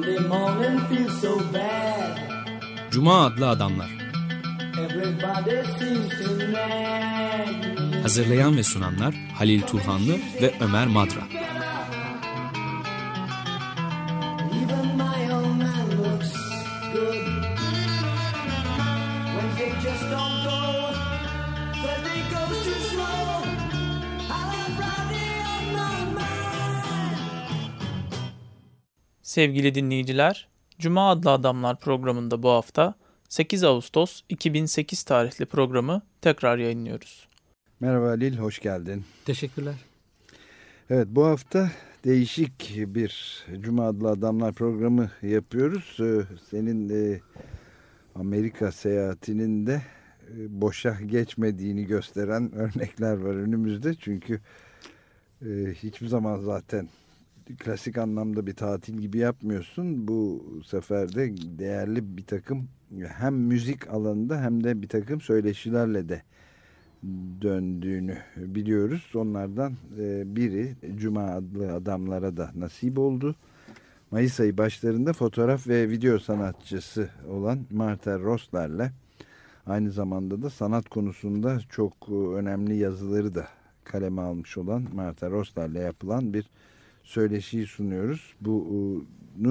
Cuma adlı adamlar. Hazırlayan ve sunanlar Halil Turhanlı ve Ömer Madra. Sevgili dinleyiciler, Cuma adlı adamlar programında bu hafta 8 Ağustos 2008 tarihli programı tekrar yayınlıyoruz. Merhaba Halil, hoş geldin. Teşekkürler. Evet, bu hafta değişik bir Cuma adlı adamlar programı yapıyoruz. Senin Amerika seyahatinin de boşa geçmediğini gösteren örnekler var önümüzde. Çünkü hiçbir zaman zaten klasik anlamda bir tatil gibi yapmıyorsun. Bu sefer de değerli bir takım hem müzik alanında hem de bir takım söyleşilerle de döndüğünü biliyoruz. Onlardan biri Cuma adlı adamlara da nasip oldu. Mayıs ayı başlarında fotoğraf ve video sanatçısı olan Martha Rosler'le aynı zamanda da sanat konusunda çok önemli yazıları da kaleme almış olan Martha Rosler'le yapılan bir söyleşiyi sunuyoruz. Bu New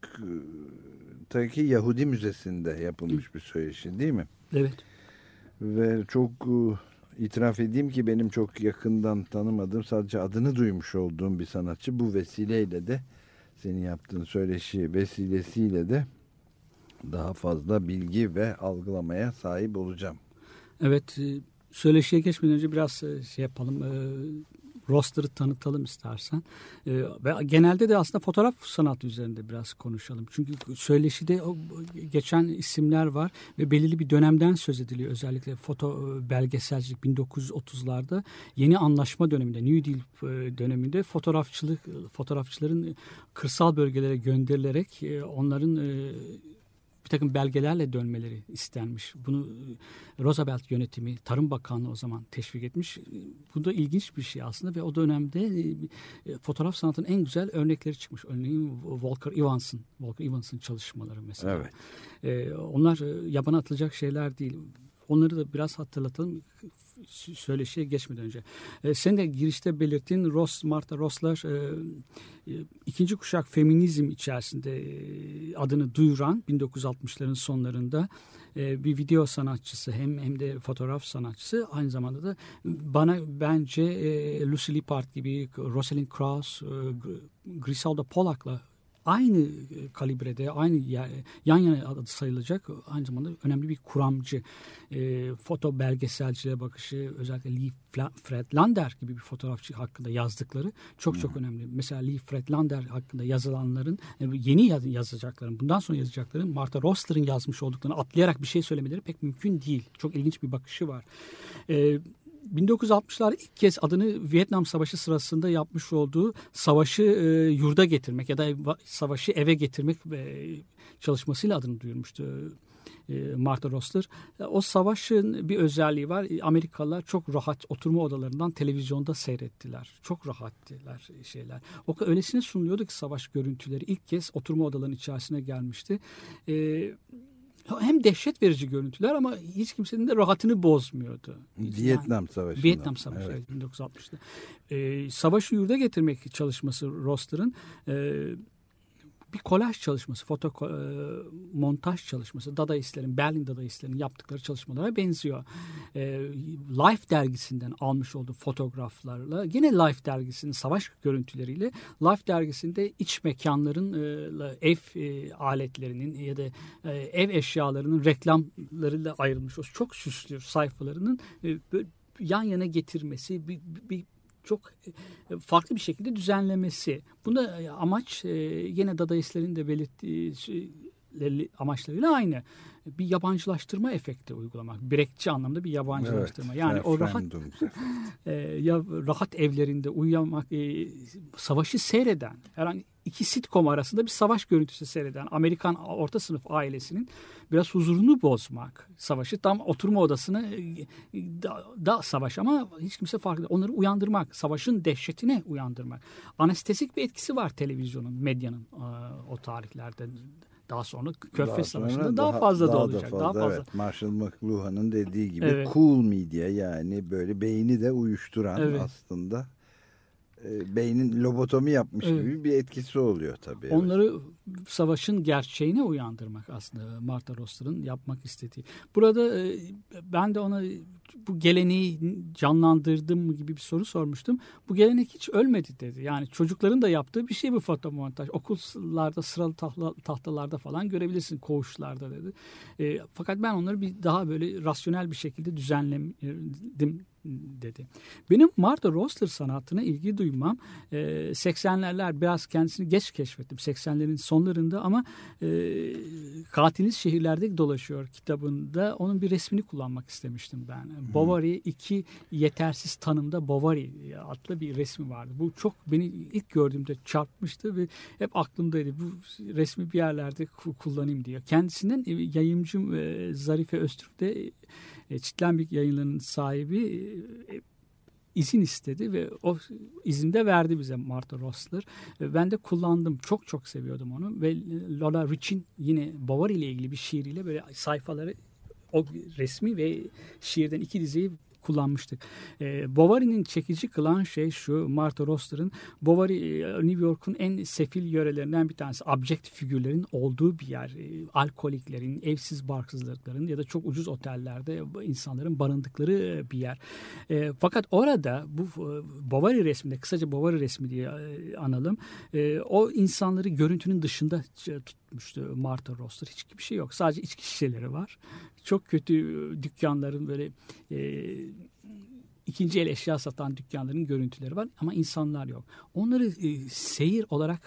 York'taki Yahudi Müzesi'nde yapılmış bir söyleşi değil mi? Evet. Ve çok itiraf edeyim ki benim çok yakından tanımadığım, sadece adını duymuş olduğum bir sanatçı. Bu vesileyle de senin yaptığın söyleşi vesilesiyle de daha fazla bilgi ve algılamaya sahip olacağım. Evet, söyleşiye geçmeden önce biraz şey yapalım. Roster'ı tanıtalım istersen. Ve genelde de aslında fotoğraf sanatı üzerinde biraz konuşalım. Çünkü söyleşide geçen isimler var ve belirli bir dönemden söz ediliyor. Özellikle foto belgeselcilik 1930'larda yeni anlaşma döneminde, New Deal döneminde fotoğrafçıların kırsal bölgelere gönderilerek onların bir takım belgelerle dönmeleri istenmiş. Bunu Roosevelt yönetimi, Tarım Bakanlığı o zaman teşvik etmiş. Bu da ilginç bir şey aslında ve o dönemde fotoğraf sanatının en güzel örnekleri çıkmış. Örneğin Walker Evans'ın çalışmaları mesela. Evet. Onlar yabana atılacak şeyler değil. Onları da biraz hatırlatalım söyleşiye geçmeden önce. Sen de girişte belirttiğin Martha Rosler ikinci kuşak feminizm içerisinde adını duyuran 1960'ların sonlarında bir video sanatçısı hem de fotoğraf sanatçısı, aynı zamanda da bence Lucy Lippard gibi, Rosalind Krauss, Griselda Pollock'la aynı kalibrede, aynı yan yana sayılacak, aynı zamanda önemli bir kuramcı. Foto belgeselciliğe bakışı, özellikle Lee Fred Lander gibi bir fotoğrafçı hakkında yazdıkları çok önemli. Mesela Lee Fred Lander hakkında yazılanların, yeni yazacakların, bundan sonra yazacakların Martha Rosler'ın yazmış olduklarını atlayarak bir şey söylemeleri pek mümkün değil. Çok ilginç bir bakışı var. 1960'lar ilk kez adını Vietnam Savaşı sırasında yapmış olduğu savaşı yurda getirmek ya da savaşı eve getirmek çalışmasıyla adını duyurmuştu Martha Rosler. O savaşın bir özelliği var. Amerikalılar çok rahat oturma odalarından televizyonda seyrettiler. Çok rahattılar şeyler. Öylesine sunuluyordu ki savaş görüntüleri ilk kez oturma odalarının içerisine gelmişti. Hem dehşet verici görüntüler ama hiç kimsenin de rahatını bozmuyordu. Vietnam Savaşı. Evet. 1960'da. Savaşı yurda getirmek çalışması Rosler'ın bir kolaj çalışması, montaj çalışması, Berlin Dadaistlerin yaptıkları çalışmalara benziyor. Life dergisinden almış olduğu fotoğraflarla, yine Life dergisinin savaş görüntüleriyle, Life dergisinde iç mekanların, ev aletlerinin ya da ev eşyalarının reklamlarıyla ayrılmış o çok süslü sayfalarının yan yana getirmesi, bir çok farklı bir şekilde düzenlemesi. Bunda amaç yine Dadaistlerin de belirttiği amaçlarıyla aynı. Bir yabancılaştırma efekti uygulamak. Birekçi anlamda bir yabancılaştırma. Evet, yani o rahat evlerinde uyumak, savaşı seyreden, herhangi iki sitcom arasında bir savaş görüntüsü seyreden Amerikan orta sınıf ailesinin biraz huzurunu bozmak. Savaşı tam oturma odasını da savaş ama hiç kimse farkında. Onları uyandırmak, savaşın dehşetine uyandırmak. Anestezik bir etkisi var televizyonun, medyanın o tarihlerde. Daha sonra Körfez Savaşı'nda daha fazla da olacak. Daha fazla. Evet, Marshall McLuhan'ın dediği gibi cool medya, yani böyle beyni de uyuşturan aslında beynin lobotomi yapmış gibi bir etkisi oluyor tabii. Onları savaşın gerçeğine uyandırmak aslında Martha Rosler'ın yapmak istediği. Burada ben de ona bu geleneği canlandırdım mı gibi bir soru sormuştum. Bu gelenek hiç ölmedi dedi. Yani çocukların da yaptığı bir şey bu fotomontaj. Okullarda sıralı tahtalarda falan görebilirsin, koğuşlarda dedi. Fakat ben onları bir daha böyle rasyonel bir şekilde düzenledim dedi. Benim Martha Rosler sanatına ilgi duymam 80'ler, biraz kendisini geç keşfettim. 80'lerin sonlarında ama Katiliniz Şehirlerde Dolaşıyor kitabında onun bir resmini kullanmak istemiştim ben. Bovary, iki yetersiz tanımda Bovary adlı bir resmi vardı. Bu çok beni ilk gördüğümde çarpmıştı ve hep aklımdaydı. Bu resmi bir yerlerde kullanayım diye. Kendisinden yayımcım Zarife Öztürk de Çitlenbik Yayınları'nın sahibi izin istedi ve o izin de verdi bize Martha Rosler. Ben de kullandım. Çok çok seviyordum onu ve Lola Rich'in yine Bovary ile ilgili bir şiiriyle böyle sayfaları, o resmi ve şiirden iki dizeyi kullanmıştık. Bovary'nin çekici kılan şey şu: Martha Rosler'ın Bovary New York'un en sefil yörelerinden bir tanesi. Abject figürlerin olduğu bir yer. Alkoliklerin, evsiz barksızlıkların ya da çok ucuz otellerde insanların barındıkları bir yer. Fakat orada bu Bovary resminde, kısaca Bovary resmi diye analım, o insanları görüntünün dışında tutmuştu Martha Rosler. Hiçbir şey yok. Sadece içki şişeleri var. Çok kötü dükkanların, böyle ikinci el eşya satan dükkanların görüntüleri var ama insanlar yok. Onları seyir olarak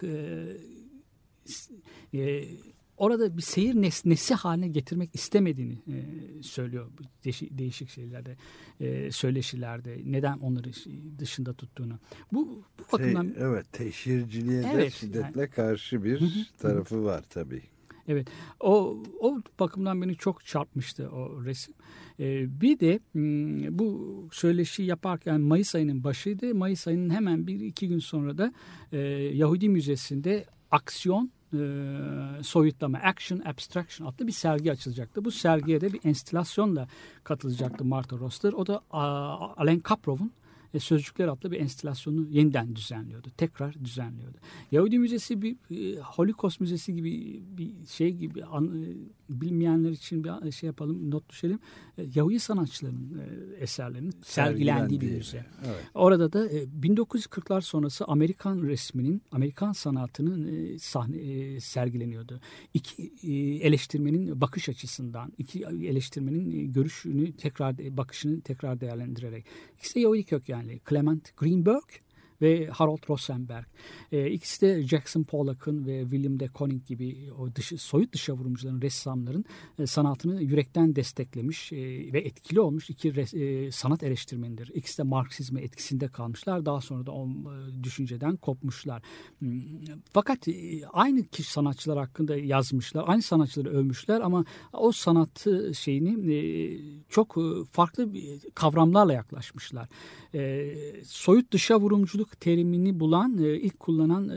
orada bir seyir nesnesi haline getirmek istemediğini söylüyor değişik şeylerde, söyleşilerde. Neden onları dışında tuttuğunu. Bu bakımdan teşhirciliğe de şiddetle karşı bir tarafı var tabii. Evet, o bakımdan beni çok çarpmıştı o resim. Bir de bu söyleşi yaparken Mayıs ayının başıydı. Mayıs ayının hemen 1-2 gün sonra da Yahudi Müzesi'nde aksiyon soyutlama, Action Abstraction adlı bir sergi açılacaktı. Bu sergiye de bir enstalasyonla katılacaktı Martha Rosler. O da Alain Kaprov'un Sözcükler adlı bir enstalasyonu yeniden düzenliyordu. Tekrar düzenliyordu. Yahudi Müzesi bir Holocaust Müzesi gibi bir şey gibi, bilmeyenler için bir şey yapalım, not düşelim. Yahudi sanatçıların eserlerinin sergilendiği bir müze. Evet. Orada da 1940'lar sonrası Amerikan resminin, Amerikan sanatının sergileniyordu. İki eleştirmenin bakış açısından, iki eleştirmenin görüşünü bakışını tekrar değerlendirerek. İkisi de Yahudi kökenli. Clement Greenberg ve Harold Rosenberg. İkisi de Jackson Pollock'ın ve William de Kooning gibi o soyut dışavurumcuların, ressamların sanatını yürekten desteklemiş ve etkili olmuş iki sanat eleştirmenidir. İkisi de Marksizme etkisinde kalmışlar. Daha sonra da o düşünceden kopmuşlar. Fakat aynı kişi sanatçılar hakkında yazmışlar. Aynı sanatçıları övmüşler ama o sanat şeyini çok farklı kavramlarla yaklaşmışlar. Soyut dışavurumculuk terimini bulan, ilk kullanan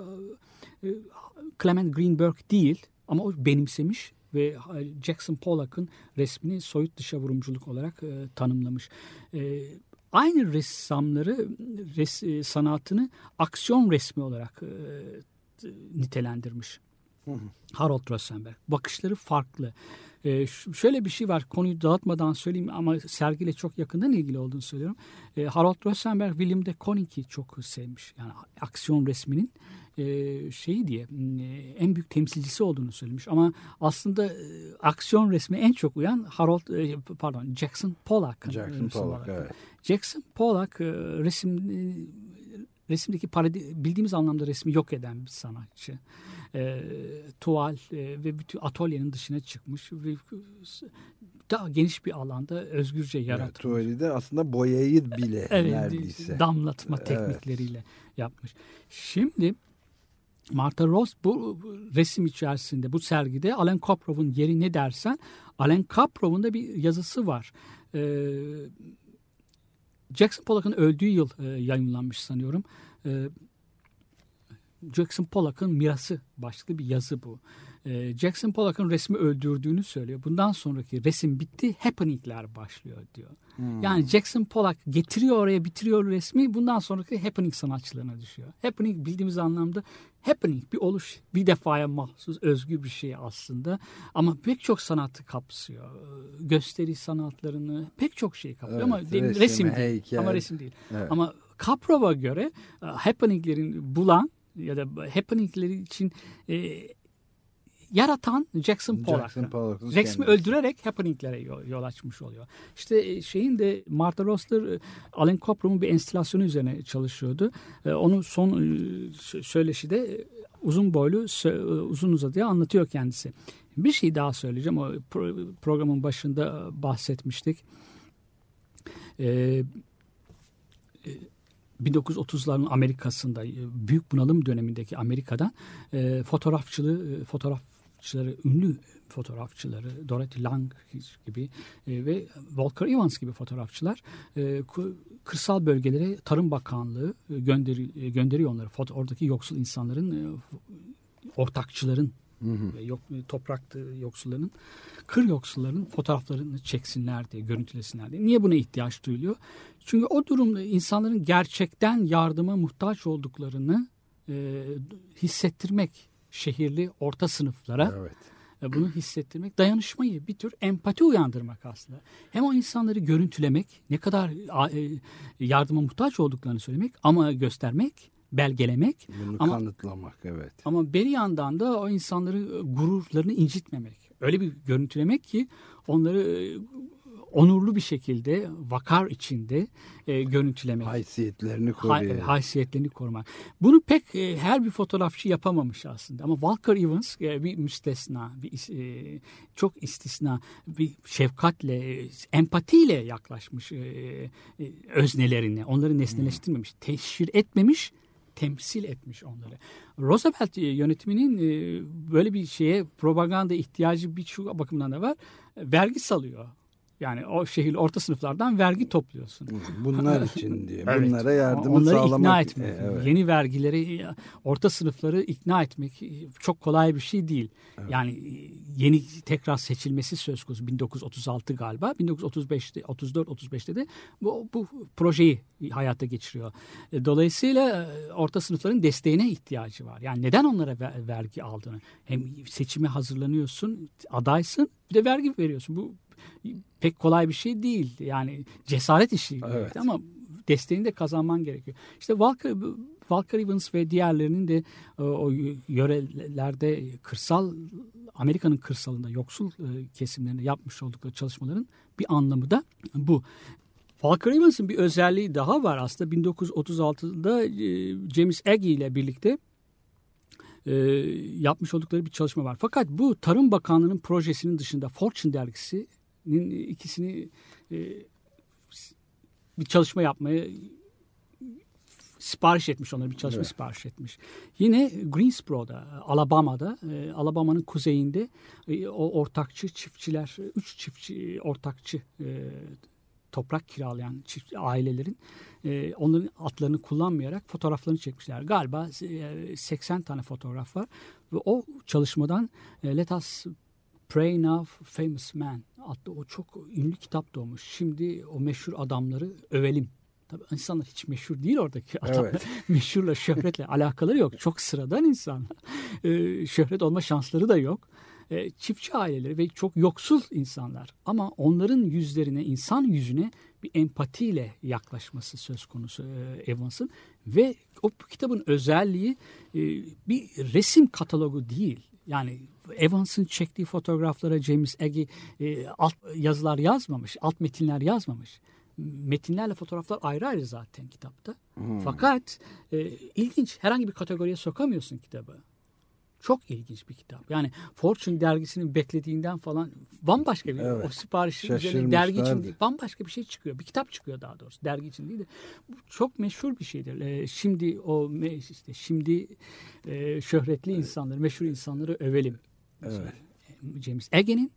Clement Greenberg değil ama o benimsemiş ve Jackson Pollock'ın resmini soyut dışavurumculuk olarak tanımlamış. Aynı ressamları sanatını aksiyon resmi olarak nitelendirmiş. Harold Rosenberg. Bakışları farklı. Şöyle bir şey var, konuyu dağıtmadan söyleyeyim ama sergiyle çok yakından ilgili olduğunu söylüyorum. Harold Rosenberg William de Kooning'i çok sevmiş. Yani aksiyon resminin şeyi diye en büyük temsilcisi olduğunu söylemiş. Ama aslında aksiyon resmi en çok uyan Jackson Pollock. Evet. Jackson Pollock resimdeki bildiğimiz anlamda resmi yok eden bir sanatçı. Tuval ve bütün atölyenin dışına çıkmış ve daha geniş bir alanda özgürce yaratmış. Tuvali de aslında boyayı bile neredeyse damlatma teknikleriyle yapmış. Şimdi Martha Ross bu resim içerisinde, bu sergide Alan Koprov'un yeri ne dersen, Alan Koprov'un da bir yazısı var. Jackson Pollock'ın öldüğü yıl yayınlanmış sanıyorum. Jackson Pollock'ın Mirası başlıklı bir yazı bu. Jackson Pollock'ın resmi öldürdüğünü söylüyor. Bundan sonraki resim bitti, happening'ler başlıyor diyor. Yani Jackson Pollock getiriyor oraya, bitiriyor resmi. Bundan sonraki happening sanatçılarına düşüyor. Happening bildiğimiz anlamda happening bir oluş, bir defaya mahsus, özgü bir şey aslında. Ama pek çok sanatı kapsıyor. Gösteri sanatlarını, pek çok şeyi kapsıyor. Ama resim değil. Heykel. Ama resim değil. Evet. Ama Koprov'a göre happening'lerin bulan ya da happening'leri için yaratan Jackson Pollock. Resmi öldürerek happening'lere yol açmış oluyor. İşte şeyin de Martha Rossler Alan Koprov'un bir enstalasyonu üzerine çalışıyordu. Onun son söyleşide uzun boylu, uzun uzadıya anlatıyor kendisi. Bir şey daha söyleyeceğim. O programın başında bahsetmiştik. 1930'ların Amerika'sında, büyük bunalım dönemindeki Amerika'dan ünlü fotoğrafçıları, Dorothy Lang gibi ve Walker Evans gibi fotoğrafçılar kırsal bölgelere Tarım Bakanlığı gönderiyor onları. Oradaki yoksul insanların, ortakçıların, toprak yoksullarının, kır yoksullarının fotoğraflarını çeksinler diye, görüntülesinler diye. Niye buna ihtiyaç duyuluyor? Çünkü o durumda insanların gerçekten yardıma muhtaç olduklarını hissettirmek, şehirli orta sınıflara bunu hissettirmek, dayanışmayı, bir tür empati uyandırmak aslında. Hem o insanları görüntülemek, ne kadar yardıma muhtaç olduklarını söylemek ama göstermek, belgelemek. Bunu kanıtlamak, evet. Ama bir yandan da o insanları gururlarını incitmemek. Öyle bir görüntülemek ki onları onurlu bir şekilde, vakar içinde görüntülemek. Haysiyetlerini korumak. Bunu pek her bir fotoğrafçı yapamamış aslında. Ama Walker Evans bir müstesna, çok istisna, bir şefkatle, empatiyle yaklaşmış öznelerine. Onları nesneleştirmemiş, teşhir etmemiş, temsil etmiş onları. Roosevelt yönetiminin böyle bir şeye, propaganda ihtiyacı birçok bakımdan da var. Vergi salıyor. Yani o şehirli orta sınıflardan vergi topluyorsun. Bunlar için diye. Evet. Bunlara yardımı onları sağlamak. Ikna etmek. Yeni vergileri, orta sınıfları ikna etmek çok kolay bir şey değil. Evet. Yani yeni tekrar seçilmesi söz konusu 1936 galiba. 1935'te, 34-35'te de bu projeyi hayata geçiriyor. Dolayısıyla orta sınıfların desteğine ihtiyacı var. Yani neden onlara vergi aldığını. Hem seçime hazırlanıyorsun, adaysın, bir de vergi veriyorsun. Bu pek kolay bir şey değil. Yani cesaret işi. Evet. Ama desteğini de kazanman gerekiyor. İşte Walker Evans ve diğerlerinin de o yörelerde Amerika'nın kırsalında yoksul kesimlerinde yapmış oldukları çalışmaların bir anlamı da bu. Walker Evans'ın bir özelliği daha var aslında. 1936'da James Agee ile birlikte yapmış oldukları bir çalışma var. Fakat bu Tarım Bakanlığı'nın projesinin dışında Fortune dergisinin ikisini bir çalışma yapmaya sipariş etmiş, onlara bir çalışma sipariş etmiş. Yine Greensboro'da, Alabama'da, Alabama'nın kuzeyinde o ortakçı çiftçiler, 3 çiftçi ortakçı toprak kiralayan ailelerin onların atlarını kullanmayarak fotoğraflarını çekmişler. Galiba 80 tane fotoğraf var ve o çalışmadan Let Us Pray Now Famous Man adlı o çok ünlü kitap doğmuş. Şimdi o meşhur adamları övelim. Tabii insanlar hiç meşhur değil oradaki adamlar. Evet. Meşhurla, şöhretle alakaları yok. Çok sıradan insanlar. Şöhret olma şansları da yok. Çiftçi aileleri ve çok yoksul insanlar. Ama onların yüzlerine, insan yüzüne bir empatiyle yaklaşması söz konusu Evans'ın. Ve o kitabın özelliği bir resim katalogu değil. Yani Evans'ın çektiği fotoğraflara James Agee alt yazılar yazmamış, alt metinler yazmamış. Metinlerle fotoğraflar ayrı ayrı zaten kitapta. Fakat ilginç, herhangi bir kategoriye sokamıyorsun kitabı. Çok ilginç bir kitap. Yani Fortune dergisinin beklediğinden falan bambaşka bir o siparişin üzerine dergi için değil, bambaşka bir şey çıkıyor. Bir kitap çıkıyor daha doğrusu. Dergi için değil de. Bu çok meşhur bir şeydir. Şimdi şöhretli insanları, meşhur insanları övelim. Evet. James Egan'in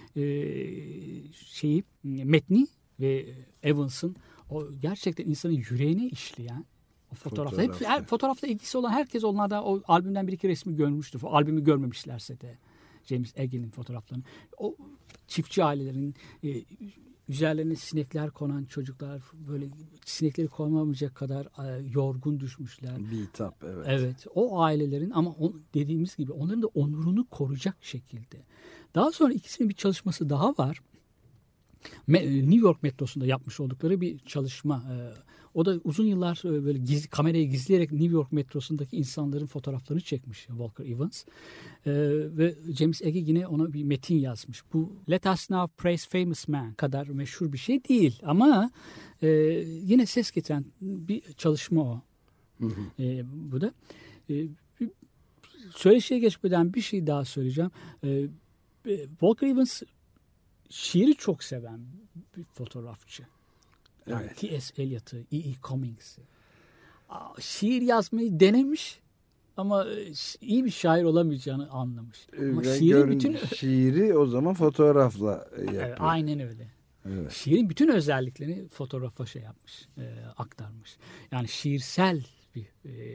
metni ve Evans'ın o gerçekten insanın yüreğine işleyen o fotoğrafla ilgisi olan herkes onlardan o albümden bir iki resmi görmüştür. O albümü görmemişlerse de James Egan'in fotoğraflarını. O çiftçi ailelerin üzerlerine sinekler konan çocuklar, böyle sinekleri konamayacak kadar yorgun düşmüşler. Bitap, evet. Evet. O ailelerin ama dediğimiz gibi onların da onurunu koruyacak şekilde. Daha sonra ikisinin bir çalışması daha var. New York metrosunda yapmış oldukları bir çalışma. O da uzun yıllar böyle kamerayı gizleyerek New York metrosundaki insanların fotoğraflarını çekmiş Walker Evans. Ve James Ege yine ona bir metin yazmış. Bu Let Us Now Praise Famous Man kadar meşhur bir şey değil ama yine ses getiren bir çalışma o. Bu da. Söyleşiye geçmeden bir şey daha söyleyeceğim. Walker Evans şiiri çok seven bir fotoğrafçı. Yani evet. T.S. Eliot'ı, E.E. Cummings'i. Şiir yazmayı denemiş ama iyi bir şair olamayacağını anlamış. Ama şiiri o zaman fotoğrafla yapıyor. Evet, aynen öyle. Evet. Şiirin bütün özelliklerini fotoğrafa aktarmış. Yani şiirsel bir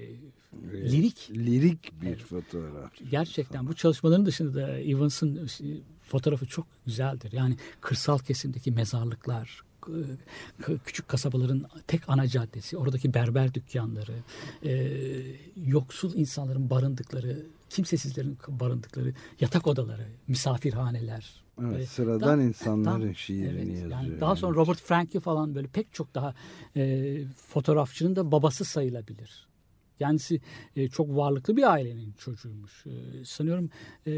lirik bir fotoğraf. Gerçekten bu çalışmaların dışında da Evans'ın fotoğrafı çok güzeldir. Yani kırsal kesimdeki mezarlıklar, küçük kasabaların tek ana caddesi, oradaki berber dükkanları, yoksul insanların barındıkları, kimsesizlerin barındıkları yatak odaları, misafirhaneler. Evet, sıradan insanların şiirini yazıyor. Yani daha sonra Robert Franke falan böyle pek çok daha fotoğrafçının da babası sayılabilir. Kendisi çok varlıklı bir ailenin çocuğuymuş. Sanıyorum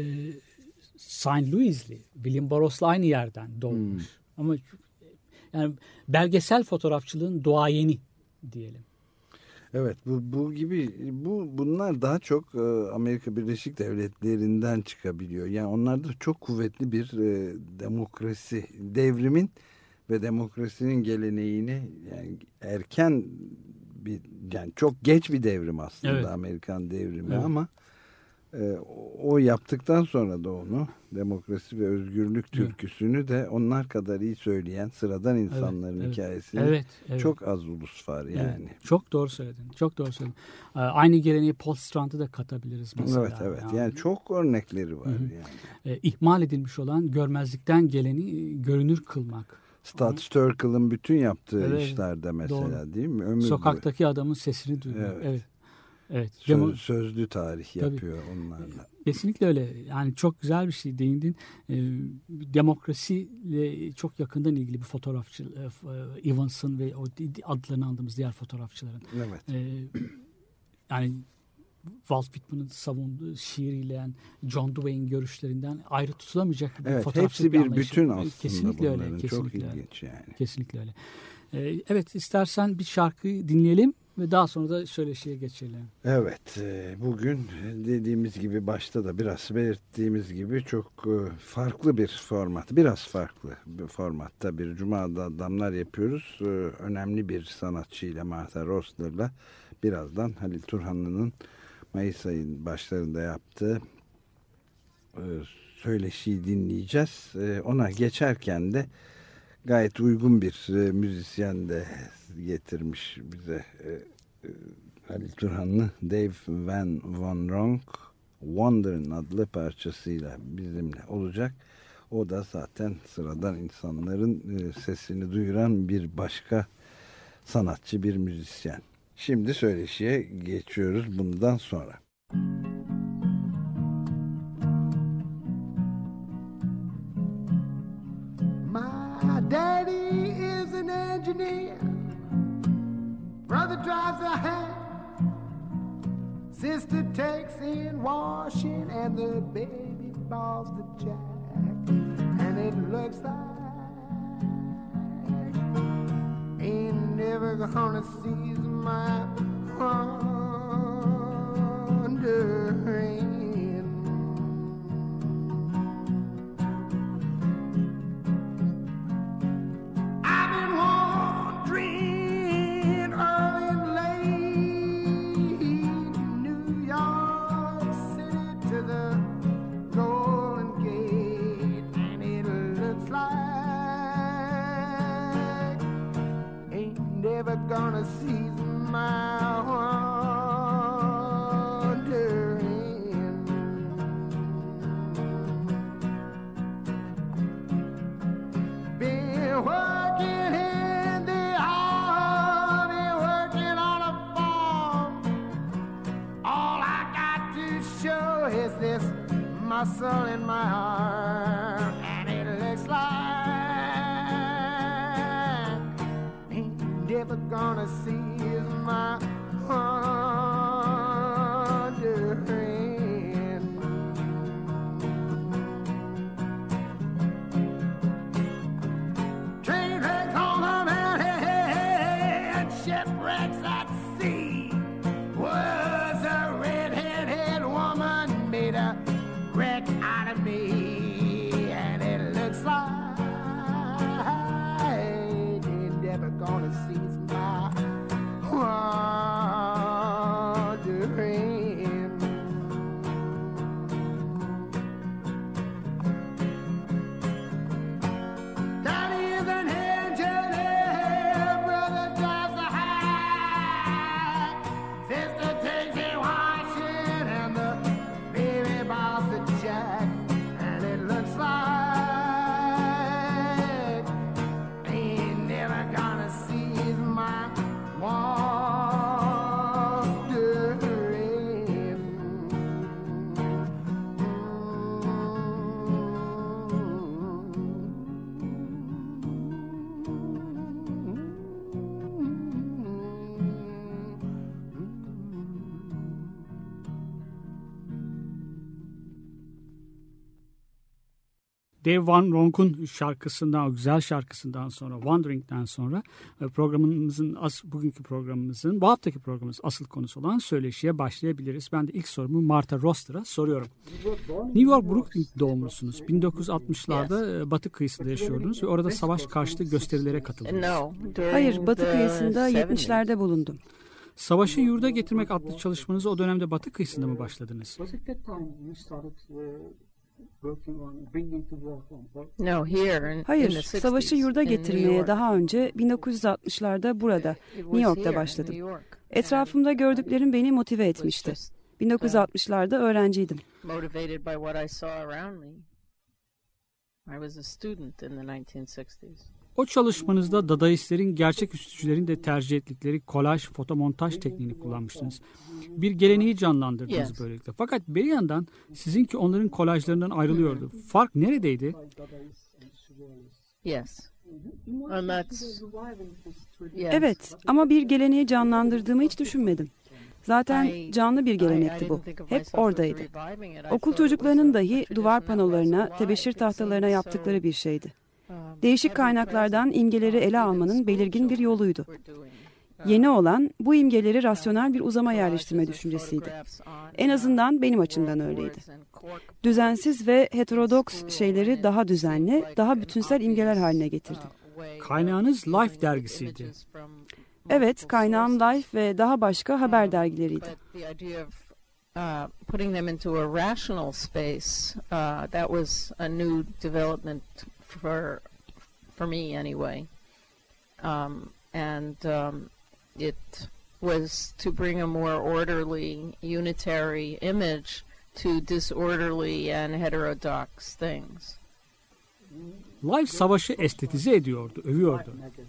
St. Louis'li, William Burroughs'la aynı yerden doğmuş. Ama yani belgesel fotoğrafçılığın duayeni diyelim. Evet, bunlar daha çok Amerika Birleşik Devletleri'nden çıkabiliyor. Yani onlarda çok kuvvetli bir demokrasi, devrimin ve demokrasinin geleneğini, yani erken yani çok geç bir devrim aslında, evet. Amerikan devrimi, evet. Ama o yaptıktan sonra da onu, demokrasi ve özgürlük türküsünü de onlar kadar iyi söyleyen sıradan insanların hikayesini çok az ulus var yani. Evet. Çok doğru söyledin. Çok doğru söyledin. Aynı geleneği Paul Strand'ı da katabiliriz mesela. Evet. Yani çok örnekleri var yani. İhmal edilmiş olan görmezlikten geleni görünür kılmak. Stott Sterkel'ın bütün yaptığı işlerde mesela, doğru. Değil mi? Sokaktaki adamın sesini duyuyor. Evet. Evet. Sözlü tarih yapıyor onlarla. Kesinlikle öyle. Yani çok güzel bir şey değindin. Demokrasiyle çok yakından ilgili bir fotoğrafçı Evans'ın ve o adlarını andığımız diğer fotoğrafçıların. Evet. Yani Walt Whitman'ın savunduğu şiiriyle, yani John Dewey'in görüşlerinden ayrı tutulamayacak bir fotoğrafçılık hepsi bir bütün aslında. Kesinlikle bunların. Öyle. Çok ilginç yani. Kesinlikle öyle. Evet, istersen bir şarkıyı dinleyelim ve daha sonra da söyleşiye geçelim. Evet, bugün dediğimiz gibi, başta da biraz belirttiğimiz gibi çok farklı bir format, biraz farklı bir formatta bir Cuma Adamlar yapıyoruz. Önemli bir sanatçıyla, Martha Rosler'la, birazdan Halil Turhanlı'nın Mayıs ayının başlarında yaptığı söyleşiyi dinleyeceğiz. Ona geçerken de gayet uygun bir müzisyen de getirmiş bize Halil Turhanlı. Dave Van Ronk Wandering adlı parçasıyla bizimle olacak. O da zaten sıradan insanların sesini duyuran bir başka sanatçı, bir müzisyen. Şimdi söyleşiye geçiyoruz bundan sonra. Daddy is an engineer, brother drives a hand, sister takes in washing, and the baby balls the jack, and it looks like ain't never gonna seize my wandering gonna seize my wandering. Been working in the army, working on a farm. All I got to show is this muscle in my arm, and it looks like ain't never gonna seize my wandering. Train wrecks on the mountain, shipwrecks at sea. Was a red-headed woman made a wreck out of me, and it looks like ain't never gonna seize my wandering. Daddy's an engineer, brother drives a hack, sister takes it washing, and the baby boss the jack, and it looks like ain't never gonna seize my wandering. Dave Van Ronk'un şarkısından, o güzel şarkısından sonra, Wandering'den sonra programımızın, bugünkü programımızın, bu haftaki programımız asıl konusu olan söyleşiye başlayabiliriz. Ben de ilk sorumu Martha Roster'a soruyorum. New York Brooklyn doğumlusunuz. 1960'larda Batı kıyısında yaşıyordunuz ve orada savaş karşıtı gösterilere katıldınız. Hayır, Batı kıyısında 70'lerde bulundum. Savaşı yurda getirmek adlı çalışmanızı o dönemde Batı kıyısında mı başladınız? Hayır, savaşı yurda getirmeye daha önce 1960'larda burada, New York'ta başladım. Etrafımda gördüklerim beni motive etmişti. 1960'larda öğrenciydim. O çalışmanızda dadaistlerin gerçeküstücülerin de tercih ettikleri kolaj, fotomontaj tekniğini kullanmıştınız. Bir geleneği canlandırdınız böylelikle. Fakat bir yandan sizinki onların kolajlarından ayrılıyordu. Fark neredeydi? Evet, ama bir geleneği canlandırdığımı hiç düşünmedim. Zaten canlı bir gelenekti bu. Hep oradaydı. Okul çocuklarının dahi duvar panolarına, tebeşir tahtalarına yaptıkları bir şeydi. Değişik kaynaklardan imgeleri ele almanın belirgin bir yoluydu. Yeni olan bu imgeleri rasyonel bir uzama yerleştirme düşüncesiydi. En azından benim açımdan öyleydi. Düzensiz ve heterodoks şeyleri daha düzenli, daha bütünsel imgeler haline getirdim. Kaynağınız Life dergisiydi. Evet, kaynağım Life ve daha başka haber dergileriydi. Putting them into a rational space, that was a new development for me anyway, it was to bring a more orderly, unitary image to disorderly and heterodox things. Life savaşı estetize ediyordu, övüyordu.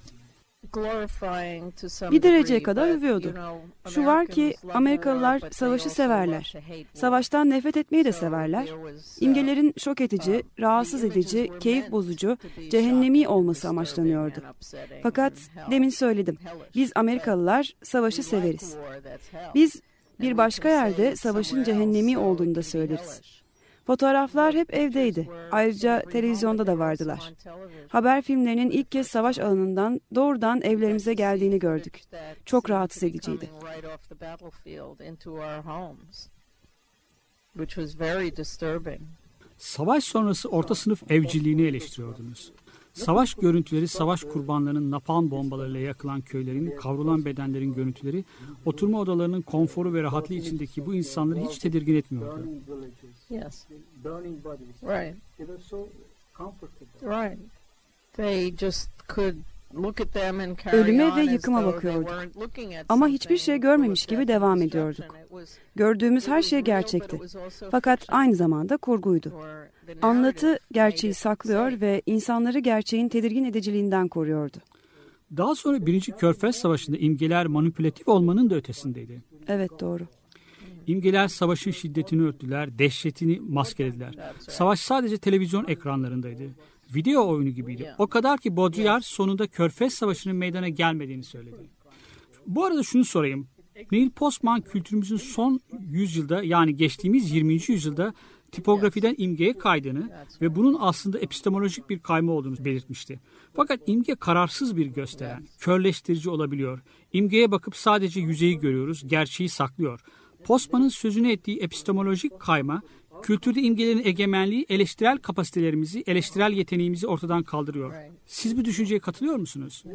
Bir dereceye kadar övüyordu. Şu var ki Amerikalılar savaşı severler. Savaştan nefret etmeyi de severler. İmgelerin şok edici, rahatsız edici, keyif bozucu, cehennemi olması amaçlanıyordu. Fakat demin söyledim. Biz Amerikalılar savaşı severiz. Biz bir başka yerde savaşın cehennemi olduğunu da söyleriz. Fotoğraflar hep evdeydi. Ayrıca televizyonda da vardılar. Haber filmlerinin ilk kez savaş alanından doğrudan evlerimize geldiğini gördük. Çok rahatsız ediciydi. Savaş sonrası orta sınıf evciliğini eleştiriyordunuz. Savaş görüntüleri, savaş kurbanlarının napalm bombalarıyla yakılan köylerin, kavrulan bedenlerin görüntüleri, oturma odalarının konforu ve rahatlığı içindeki bu insanları hiç tedirgin etmiyordu. Yes. Right. Right. They just could Ölüme ve yıkıma bakıyorduk. Ama hiçbir şey görmemiş gibi devam ediyorduk. Gördüğümüz her şey gerçekti. Fakat aynı zamanda kurguydu. Anlatı gerçeği saklıyor ve insanları gerçeğin tedirgin ediciliğinden koruyordu. Daha sonra 1. Körfez Savaşı'nda imgeler manipülatif olmanın da ötesindeydi. Evet, doğru. İmgeler savaşın şiddetini örttüler, dehşetini maskelediler. Savaş sadece televizyon ekranlarındaydı. Video oyunu gibiydi. O kadar ki Baudrillard sonunda Körfez Savaşı'nın meydana gelmediğini söyledi. Bu arada şunu sorayım. Neil Postman kültürümüzün son yüzyılda, yani geçtiğimiz 20. yüzyılda tipografiden imgeye kaydığını ve bunun aslında epistemolojik bir kayma olduğunu belirtmişti. Fakat imge kararsız bir gösteren, körleştirici olabiliyor. İmgeye bakıp sadece yüzeyi görüyoruz, gerçeği saklıyor. Postman'ın sözünü ettiği epistemolojik kayma, kültürde imgelerin egemenliği eleştirel kapasitelerimizi, eleştirel yeteneğimizi ortadan kaldırıyor. Siz bu düşünceye katılıyor musunuz?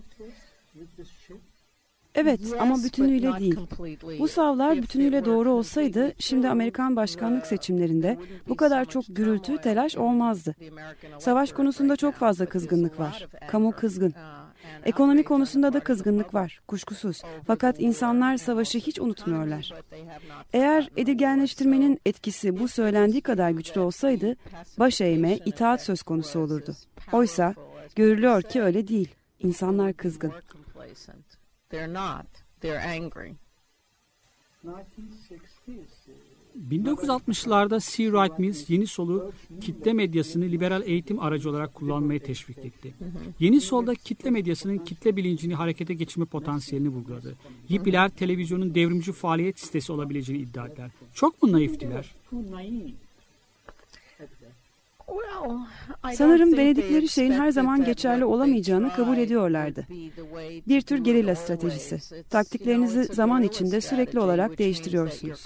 Evet, ama bütünüyle değil. Bu savlar bütünüyle doğru olsaydı şimdi Amerikan başkanlık seçimlerinde bu kadar çok gürültü, telaş olmazdı. Savaş konusunda çok fazla kızgınlık var. Kamu kızgın. Ekonomi konusunda da kızgınlık var, kuşkusuz. Fakat insanlar savaşı hiç unutmuyorlar. Eğer edilgenleştirmenin etkisi bu söylendiği kadar güçlü olsaydı, baş eğme, itaat söz konusu olurdu. Oysa görülüyor ki öyle değil. İnsanlar kızgın. They're not. They're angry. 1960'larda C. Wright Mills yeni solu kitle medyasını liberal eğitim aracı olarak kullanmaya teşvik etti. Yeni solda kitle medyasının kitle bilincini harekete geçirme potansiyelini vurguladı. Hippiler televizyonun devrimci faaliyet sitesi olabileceğini iddia ettiler. Çok mu naiftiler? Sanırım denedikleri şeyin her zaman geçerli olamayacağını kabul ediyorlardı. Bir tür gerilla stratejisi. Taktiklerinizi zaman içinde sürekli olarak değiştiriyorsunuz.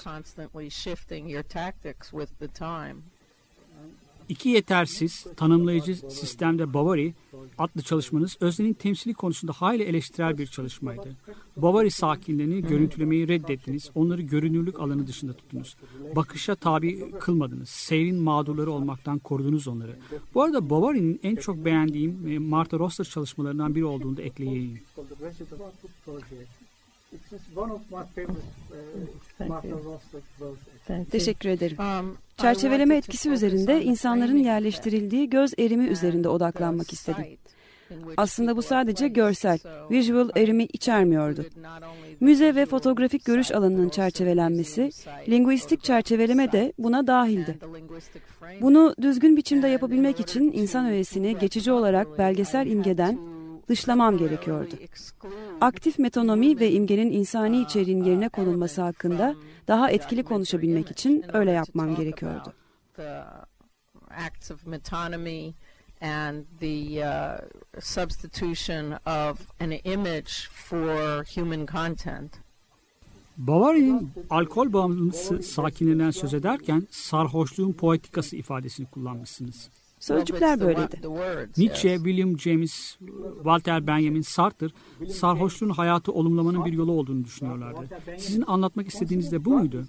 İki yetersiz, tanımlayıcı sistemde Bovary adlı çalışmanız öznenin temsili konusunda hayli eleştirel bir çalışmaydı. Bovary sakinlerini görüntülemeyi reddettiniz, onları görünürlük alanı dışında tuttunuz. Bakışa tabi kılmadınız, seyrin mağdurları olmaktan korudunuz onları. Bu arada Bovary'nin en çok beğendiğim Martha Rosler çalışmalarından biri olduğunu da ekleyeyim. Teşekkür ederim. Çerçeveleme etkisi üzerinde insanların yerleştirildiği göz erimi üzerinde odaklanmak istedim. Aslında bu sadece görsel, visual erimi içermiyordu. Müze ve fotoğrafik görüş alanının çerçevelenmesi, linguistik çerçeveleme de buna dahildi. Bunu düzgün biçimde yapabilmek için insan öğesini geçici olarak belgesel imgeden dışlamam gerekiyordu. Aktif metonomi ve imgenin insani içeriğin yerine konulması hakkında daha etkili konuşabilmek için öyle yapmam gerekiyordu. And the substitution of an image for human content. Bovary'nin alkol bağımlısı sakinlerinden söz ederken sarhoşluğun poetikası ifadesini kullanmışsınız. Sözcükler böyleydi. Nietzsche, William James, Walter Benjamin, Sartre sarhoşluğun hayatı olumlamanın bir yolu olduğunu düşünüyorlardı. Sizin anlatmak istediğiniz de bu muydu?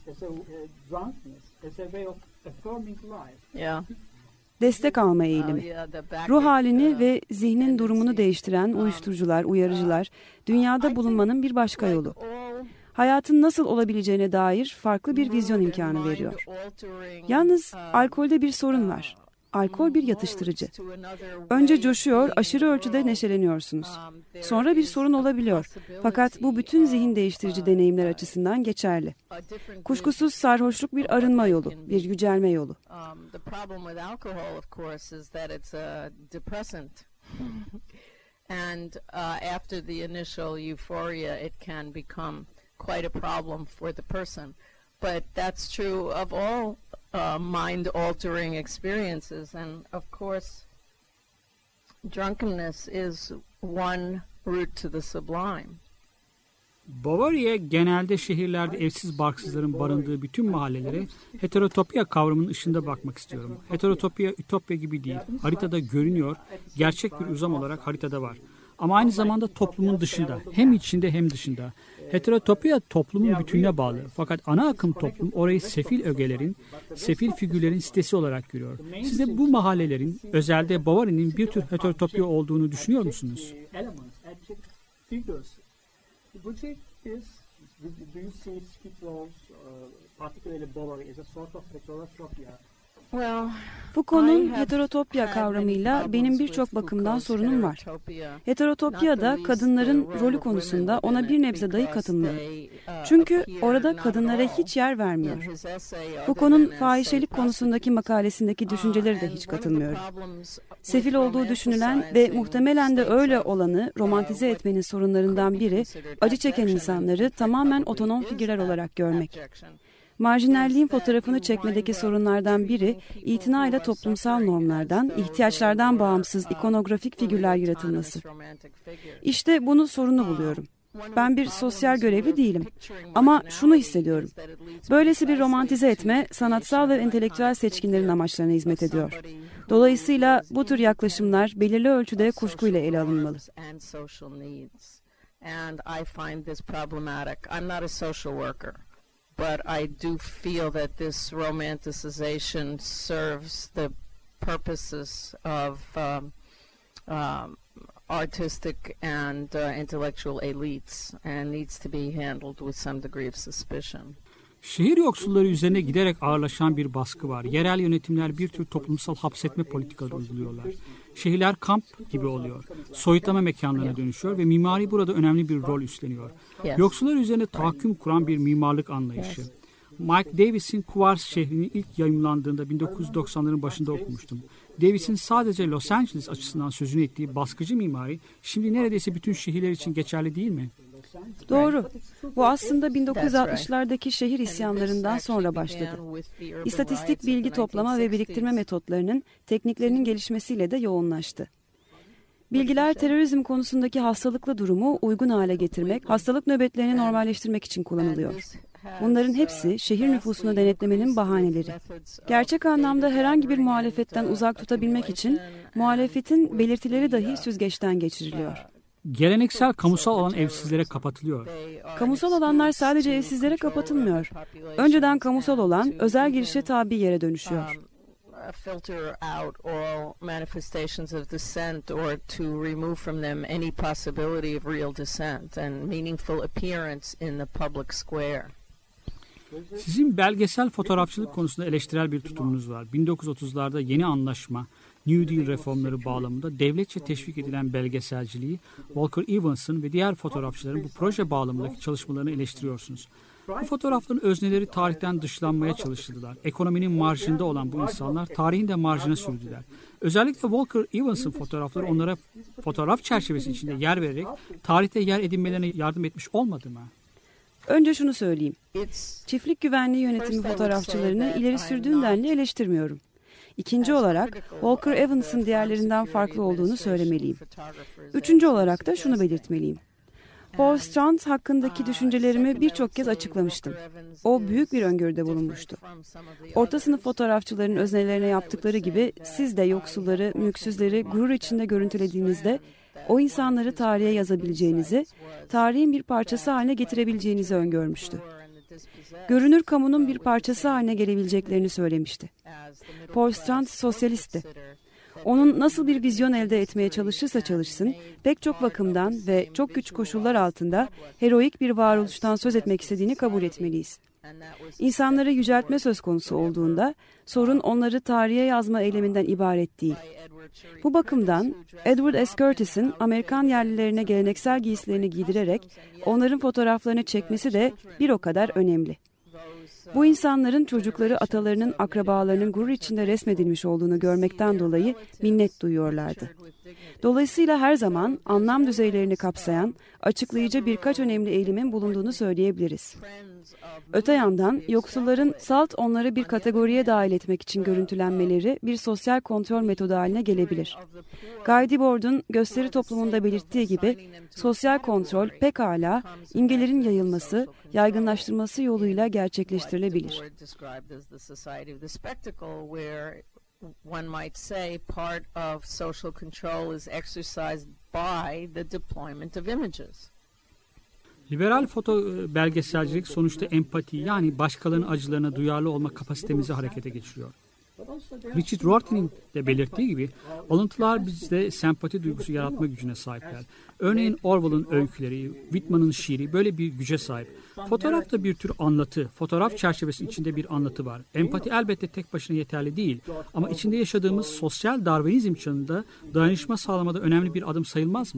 Destek alma eğilimi. Ruh halini ve zihnin durumunu değiştiren uyuşturucular, uyarıcılar, dünyada bulunmanın bir başka yolu. Hayatın nasıl olabileceğine dair farklı bir vizyon imkanı veriyor. Yalnız alkolde bir sorun var. Alkol bir yatıştırıcı. Önce coşuyor, aşırı ölçüde neşeleniyorsunuz. Sonra bir sorun olabiliyor. Fakat bu bütün zihin değiştirici deneyimler açısından geçerli. Kuşkusuz sarhoşluk bir arınma yolu, bir yücelme yolu. And after the initial euphoria, it can become quite a problem for the person. But that's true of all mind-altering experiences, and of course, drunkenness is one route to the sublime. Bovary'e genelde şehirlerde evsiz barksızların barındığı bütün mahallelere heterotopya kavramının ışığında bakmak istiyorum. Heterotopya ütopya gibi değil. Haritada görünüyor, gerçek bir uzam olarak haritada var. Ama aynı zamanda toplumun dışında, hem içinde hem dışında. Heterotopya toplumun bütününe bağlı. Fakat ana akım toplum orayı sefil ögelerin, sefil figürlerin sitesi olarak görüyor. Siz de bu mahallelerin, özellikle Bovary'nin bir tür heterotopya olduğunu düşünüyor musunuz? Foucault'un heterotopya kavramıyla benim birçok bakımdan sorunum var. Heterotopya'da kadınların rolü konusunda ona bir nebze dahi katılmıyorum. Çünkü orada kadınlara hiç yer vermiyor. Foucault'un fahişelik konusundaki makalesindeki düşünceleri de hiç katılmıyorum. Sefil olduğu düşünülen ve muhtemelen de öyle olanı romantize etmenin sorunlarından biri, acı çeken insanları tamamen otonom figürler olarak görmek. Marjinalliğin fotoğrafını çekmedeki sorunlardan biri, itinayla toplumsal normlardan, ihtiyaçlardan bağımsız ikonografik figürler yaratılması. İşte bunu sorunlu buluyorum. Ben bir sosyal görevli değilim. Ama şunu hissediyorum. Böylesi bir romantize etme, sanatsal ve entelektüel seçkinlerin amaçlarına hizmet ediyor. Dolayısıyla bu tür yaklaşımlar belirli ölçüde kuşkuyla ele alınmalı. But I do feel that this romanticization serves the purposes of artistic and intellectual elites and needs to be handled with some degree of suspicion. Şehir yoksulları üzerine giderek ağırlaşan bir baskı var. Yerel yönetimler bir tür toplumsal hapsetme politikaları uyguluyorlar. Şehirler kamp gibi oluyor. Soyutlama mekanlarına dönüşüyor ve mimari burada önemli bir rol üstleniyor. Yoksullar üzerine tahakküm kuran bir mimarlık anlayışı. Mike Davis'in Kuvars şehrinin ilk yayımlandığında 1990'ların başında okumuştum. Davis'in sadece Los Angeles açısından sözünü ettiği baskıcı mimari şimdi neredeyse bütün şehirler için geçerli değil mi? Doğru. Bu aslında 1960'lardaki şehir isyanlarından sonra başladı. İstatistik bilgi toplama ve biriktirme metotlarının, tekniklerinin gelişmesiyle de yoğunlaştı. Bilgiler terörizm konusundaki hastalıklı durumu uygun hale getirmek, hastalık nöbetlerini normalleştirmek için kullanılıyor. Bunların hepsi şehir nüfusunu denetlemenin bahaneleri. Gerçek anlamda herhangi bir muhalefetten uzak tutabilmek için muhalefetin belirtileri dahi süzgeçten geçiriliyor. Geleneksel kamusal alan evsizlere kapatılıyor. Kamusal alanlar sadece evsizlere kapatılmıyor. Önceden kamusal olan özel girişe tabi yere dönüşüyor. Filter out all manifestations of dissent or to remove from them any possibility of real dissent and meaningful appearance in the public square. Sizin belgesel fotoğrafçılık konusunda eleştirel bir tutumunuz var. 1930'larda yeni anlaşma, New Deal reformları bağlamında devletçe teşvik edilen belgeselciliği Walker Evans'ın ve diğer fotoğrafçıların bu proje bağlamındaki çalışmalarını eleştiriyorsunuz. Bu fotoğrafların özneleri tarihten dışlanmaya çalışıldılar. Ekonominin marjında olan bu insanlar tarihin de marjına sürdüler. Özellikle Walker Evans'ın fotoğrafları onlara fotoğraf çerçevesi içinde yer vererek tarihte yer edinmelerine yardım etmiş olmadı mı? Önce şunu söyleyeyim. Çiftlik güvenliği yönetimi fotoğrafçılarını ileri sürdüğündenle eleştirmiyorum. İkinci olarak Walker Evans'ın diğerlerinden farklı olduğunu söylemeliyim. Üçüncü olarak da şunu belirtmeliyim. Paul Strand hakkındaki düşüncelerimi birçok kez açıklamıştım. O büyük bir öngörüde bulunmuştu. Orta sınıf fotoğrafçıların öznelerine yaptıkları gibi siz de yoksulları, mülksüzleri gurur içinde görüntülediğinizde o insanları tarihe yazabileceğinizi, tarihin bir parçası haline getirebileceğinizi öngörmüştü. Görünür kamunun bir parçası haline gelebileceklerini söylemişti. Paul Strand sosyalistti. Onun nasıl bir vizyon elde etmeye çalışırsa çalışsın, pek çok bakımdan ve çok güç koşullar altında heroik bir varoluştan söz etmek istediğini kabul etmeliyiz. İnsanları yüceltme söz konusu olduğunda, sorun onları tarihe yazma eyleminden ibaret değil. Bu bakımdan Edward S. Curtis'in Amerikan yerlilerine geleneksel giysilerini giydirerek onların fotoğraflarını çekmesi de bir o kadar önemli. Bu insanların çocukları atalarının, akrabalarının gurur içinde resmedilmiş olduğunu görmekten dolayı minnet duyuyorlardı. Dolayısıyla her zaman anlam düzeylerini kapsayan, açıklayıcı birkaç önemli eğilimin bulunduğunu söyleyebiliriz. Öte yandan yoksulların salt onları bir kategoriye dahil etmek için görüntülenmeleri bir sosyal kontrol metodu haline gelebilir. Guy Debord'un gösteri toplumunda belirttiği gibi sosyal kontrol pekala imgelerin yayılması, yaygınlaştırması yoluyla gerçekleştirilebilir. One might say part of social control is exercised by the deployment of images. Liberal foto belgeselcilik sonuçta empati, yani başkalarının acılarına duyarlı olma kapasitemizi harekete geçiriyor. Richard Rorty'nin de belirttiği gibi alıntılar bizde sempati duygusu yaratma gücüne sahipler. Örneğin Orwell'ın öyküleri, Whitman'ın şiiri böyle bir güce sahip. Fotoğraf da bir tür anlatı. Fotoğraf çerçevesinin içinde bir anlatı var. Empati elbette tek başına yeterli değil. Ama içinde yaşadığımız sosyal Darwinizm çağında dayanışma sağlamada önemli bir adım sayılmaz mı?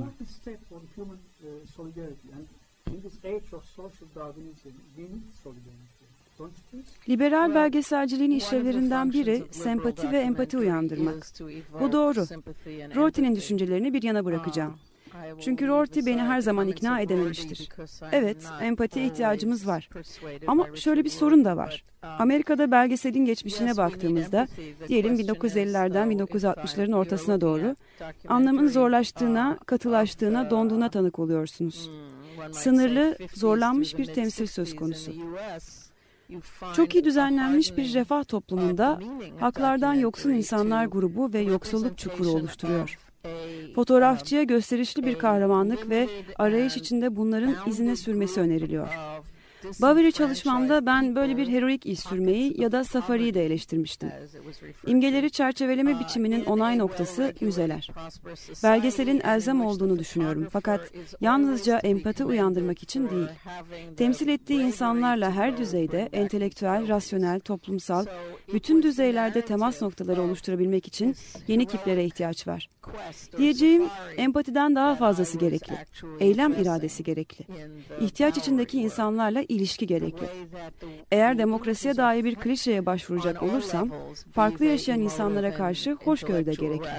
Liberal belgeselciliğin işlevlerinden biri sempati ve empati uyandırmak. Bu doğru. Rorty'nin düşüncelerini bir yana bırakacağım. Çünkü Rorty beni her zaman ikna edememiştir. Evet, empatiye ihtiyacımız var. Ama şöyle bir sorun da var. Amerika'da belgeselin geçmişine baktığımızda, diyelim 1950'lerden 1960'ların ortasına doğru, anlamın zorlaştığına, katılaştığına, donduğuna tanık oluyorsunuz. Sınırlı, zorlanmış bir temsil söz konusu. Çok iyi düzenlenmiş bir refah toplumunda haklardan yoksun insanlar grubu ve yoksulluk çukuru oluşturuyor. Fotoğrafçıya gösterişli bir kahramanlık ve arayış içinde bunların izine sürmesi öneriliyor. Bowery çalışmamda ben böyle bir heroik iz sürmeyi ya da safariyi de eleştirmiştim. İmgeleri çerçeveleme biçiminin onay noktası müzeler. Belgeselin elzem olduğunu düşünüyorum fakat yalnızca empati uyandırmak için değil. Temsil ettiği insanlarla her düzeyde entelektüel, rasyonel, toplumsal, bütün düzeylerde temas noktaları oluşturabilmek için yeni kiplere ihtiyaç var. Diyeceğim, empatiden daha fazlası gerekli. Eylem iradesi gerekli. İhtiyaç içindeki insanlarla ilişki gerekli. Eğer demokrasiye dair bir klişeye başvuracak olursam, farklı yaşayan insanlara karşı hoşgörü de gerekli.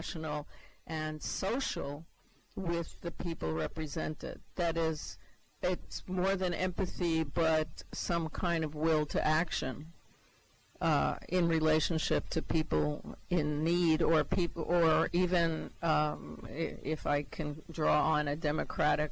In relationship to people in need, or people, or even if I can draw on a democratic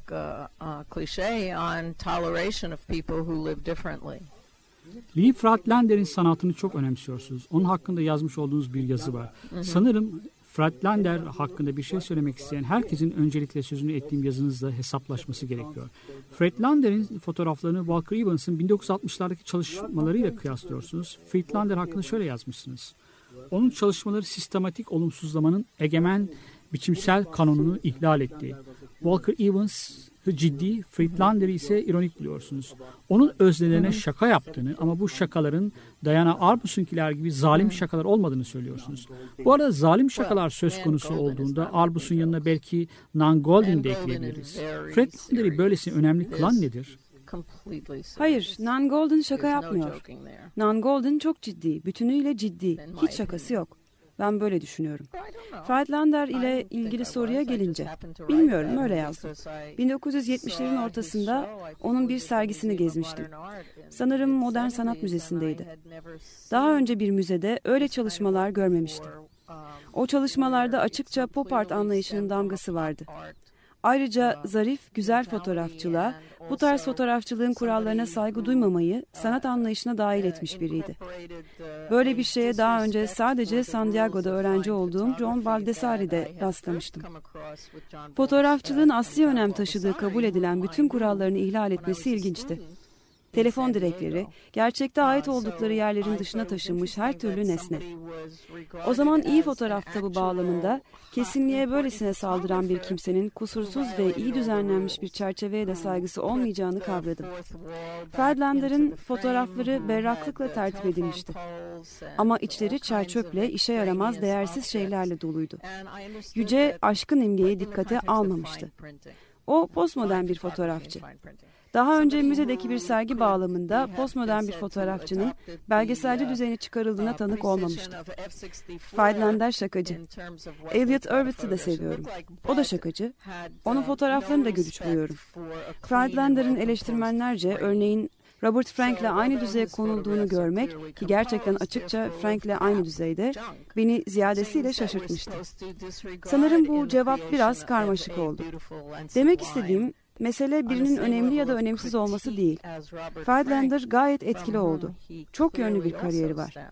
cliche, on toleration of people who live differently. Lee Friedlander'in sanatını çok önemsiyorsunuz. Onun hakkında yazmış olduğunuz bir yazı var. Sanırım Friedlander hakkında bir şey söylemek isteyen herkesin öncelikle sözünü ettiğim yazınızla hesaplaşması gerekiyor. Friedlander'in fotoğraflarını Walker Evans'ın 1960'lardaki çalışmalarıyla kıyaslıyorsunuz. Friedlander hakkında şöyle yazmışsınız. Onun çalışmaları sistematik olumsuzlamanın egemen biçimsel kanununu ihlal etti. Walker Evans ciddi, Friedlander'i ise ironik buluyorsunuz. Onun öznelerine şaka yaptığını ama bu şakaların Diana Arbus'unkiler gibi zalim şakalar olmadığını söylüyorsunuz. Bu arada zalim şakalar söz konusu olduğunda Arbus'un yanına belki Nan Goldin de ekleyebiliriz. Friedlander'i böylesi önemli kılan nedir? Hayır, Nan Goldin şaka yapmıyor. Nan Goldin çok ciddi, bütünüyle ciddi. Hiç şakası yok. Ben böyle düşünüyorum. Friedlander ile ilgili soruya gelince, bilmiyorum, öyle yazdım. 1970'lerin ortasında onun bir sergisini gezmiştim. Sanırım Modern Sanat Müzesi'ndeydi. Daha önce bir müzede öyle çalışmalar görmemiştim. O çalışmalarda açıkça pop art anlayışının damgası vardı. Ayrıca zarif, güzel fotoğrafçılığa, bu tarz fotoğrafçılığın kurallarına saygı duymamayı sanat anlayışına dahil etmiş biriydi. Böyle bir şeye daha önce sadece San Diego'da öğrenci olduğum John Baldessari'de rastlamıştım. Fotoğrafçılığın asli önem taşıdığı kabul edilen bütün kurallarını ihlal etmesi ilginçti. Telefon direkleri, gerçekte ait oldukları yerlerin dışına taşınmış her türlü nesne. O zaman iyi fotoğraf tabu bağlamında kesinliğe böylesine saldıran bir kimsenin kusursuz ve iyi düzenlenmiş bir çerçeveye de saygısı olmayacağını kavradım. Friedlander'in fotoğrafları berraklıkla tertip edilmişti. Ama içleri çerçöple, işe yaramaz, değersiz şeylerle doluydu. Yüce, aşkın imgeyi dikkate almamıştı. O postmodern bir fotoğrafçı. Daha önce müzedeki bir sergi bağlamında postmodern bir fotoğrafçının belgeselci düzeyine çıkarıldığına tanık olmamıştım. Friedlander şakacı. Elliot Erwitt'i de seviyorum. O da şakacı. Onun fotoğraflarını da gülüç buluyorum. Friedlander'in eleştirmenlerce örneğin Robert Frank'le aynı düzeye konulduğunu görmek, ki gerçekten açıkça Frank'le aynı düzeyde, beni ziyadesiyle şaşırtmıştı. Sanırım bu cevap biraz karmaşık oldu. Demek istediğim, mesele birinin önemli ya da önemsiz olması değil. Friedlander gayet etkili oldu. Çok yönlü bir kariyeri var.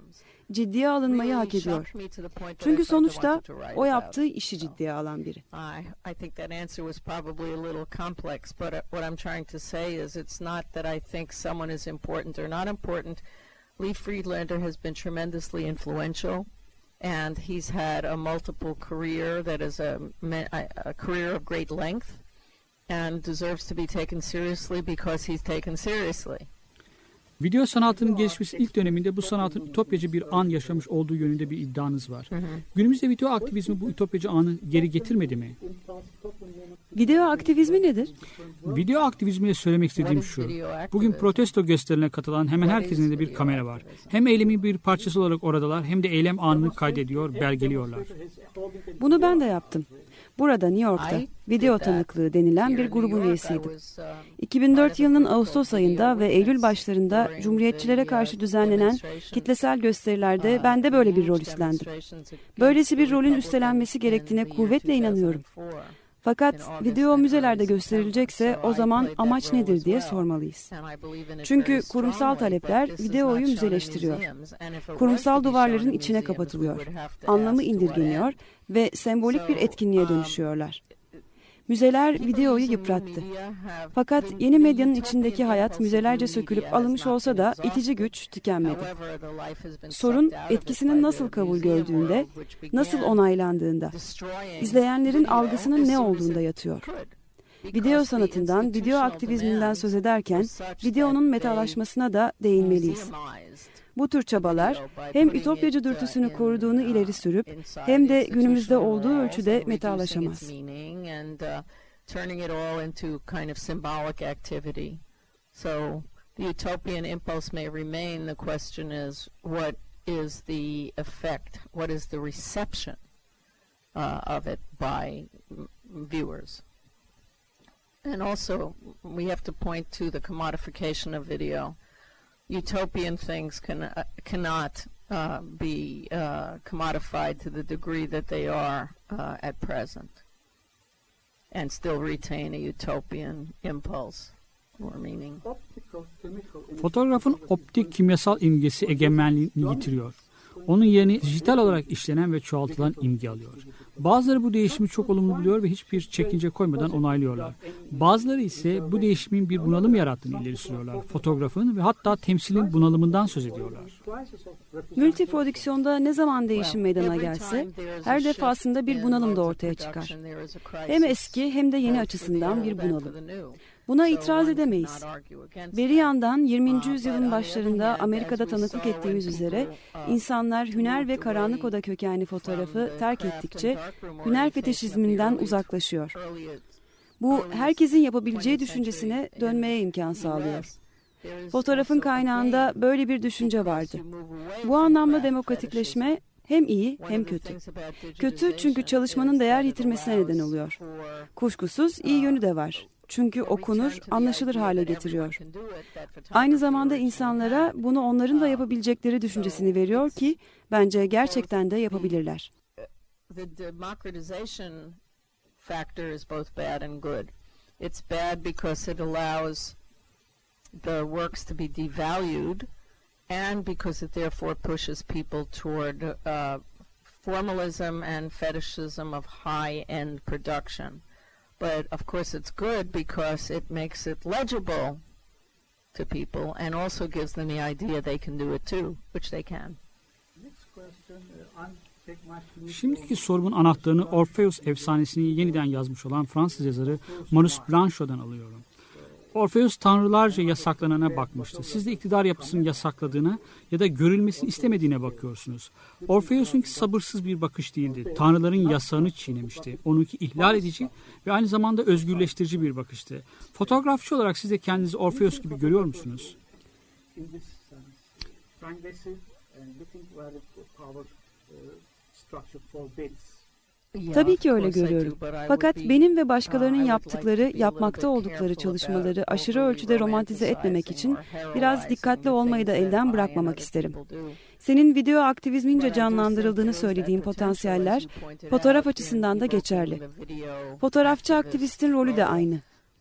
ciddiye alınmayı hak ediyor. Çünkü sonuçta o yaptığı işi ciddiye alan biri. I think that answer was probably a little complex, but what I'm trying to say is it's not that I think someone is important or not important. Lee Friedlander has been tremendously influential, and he's had a multiple career that is a career of great length and deserves to be taken seriously because he's taken seriously. Video sanatının gelişmesi ilk döneminde bu sanatın ütopyacı bir an yaşamış olduğu yönünde bir iddianız var. Günümüzde video aktivizmi bu ütopyacı anı geri getirmedi mi? Video aktivizmi nedir? Video aktivizmiyle söylemek istediğim şu. Bugün protesto gösterilerine katılan hemen herkesin elinde bir kamera var. Hem eylemin bir parçası olarak oradalar hem de eylem anını kaydediyor, belgeliyorlar. Bunu ben de yaptım. Burada New York'ta video tanıklığı denilen bir grubun üyesiydim. 2004 yılının Ağustos ayında ve Eylül başlarında Cumhuriyetçilere karşı düzenlenen kitlesel gösterilerde ben de böyle bir rol üstlendim. Böylesi bir rolün üstlenmesi gerektiğine kuvvetle inanıyorum. Fakat video müzelerde gösterilecekse o zaman amaç nedir diye sormalıyız. Çünkü kurumsal talepler videoyu müzeleştiriyor. Kurumsal duvarların içine kapatılıyor. Anlamı indirgeniyor ve sembolik bir etkinliğe dönüşüyorlar. Müzeler videoyu yıprattı. Fakat yeni medyanın içindeki hayat müzelerce sökülüp alınmış olsa da itici güç tükenmedi. Sorun etkisinin nasıl kabul gördüğünde, nasıl onaylandığında, izleyenlerin algısının ne olduğunda yatıyor. Video sanatından, video aktivizminden söz ederken videonun metalaşmasına da değinmeliyiz. Bu tür çabalar hem ütopyacı dürtüsünü koruduğunu ileri sürüp hem de günümüzde olduğu ölçüde metalaşamaz. So the utopian impulse may remain. The question is, what is the effect? What is the reception of it by viewers? And also, we have to point to the commodification of video. Utopian things cannot be commodified to the degree that they are at present, and still retain a utopian impulse or meaning. Fotoğrafın optik kimyasal imgesi egemenliğini yitiriyor. Onun yerine dijital olarak işlenen ve çoğaltılan imge alıyor. Bazıları bu değişimi çok olumlu buluyor ve hiçbir çekince koymadan onaylıyorlar. Bazıları ise bu değişimin bir bunalım yarattığını ileri sürüyorlar. Fotoğrafın ve hatta temsilin bunalımından söz ediyorlar. Multiprodüksiyonda ne zaman değişim meydana gelse her defasında bir bunalım da ortaya çıkar. Hem eski hem de yeni açısından bir bunalım. Buna itiraz edemeyiz. Beri yandan 20. yüzyılın başlarında Amerika'da tanıklık ettiğimiz üzere insanlar hüner ve karanlık oda kökenli fotoğrafı terk ettikçe hüner fetişizminden uzaklaşıyor. Bu herkesin yapabileceği düşüncesine dönmeye imkan sağlıyor. Fotoğrafın kaynağında böyle bir düşünce vardı. Bu anlamda demokratikleşme hem iyi hem kötü. Kötü çünkü çalışmanın değer yitirmesine neden oluyor. Kuşkusuz iyi yönü de var. Çünkü okunur, anlaşılır hale getiriyor. Aynı zamanda insanlara bunu onların da yapabilecekleri düşüncesini veriyor ki bence gerçekten de yapabilirler. The democratization factor is both bad and good. It's bad because it allows the works to be devalued and because it therefore pushes people toward formalism and fetishism of high-end production. But of course it's good because it makes it legible to people and also gives them the idea they can do it too, which they can. Şimdiki sorumun anahtarını Orpheus efsanesini yeniden yazmış olan Fransız yazarı Maurice Blanchot'dan alıyorum. Orpheus tanrılarca yasaklanana bakmıştı. Siz de iktidar yapısının yasakladığına ya da görülmesini istemediğine bakıyorsunuz. Orpheus'unki sabırsız bir bakış değildi. Tanrıların yasağını çiğnemişti. Onunki ihlal edici ve aynı zamanda özgürleştirici bir bakıştı. Fotoğrafçı olarak siz de kendinizi Orpheus gibi görüyor musunuz? Tabii ki öyle görüyorum. Fakat benim ve başkalarının yaptıkları, yapmakta oldukları çalışmaları aşırı ölçüde romantize etmemek için biraz dikkatli olmayı da elden bırakmamak isterim. Senin video aktivizmince canlandırıldığını söylediğin potansiyeller fotoğraf açısından da geçerli. Fotoğrafçı aktivistin rolü de aynı.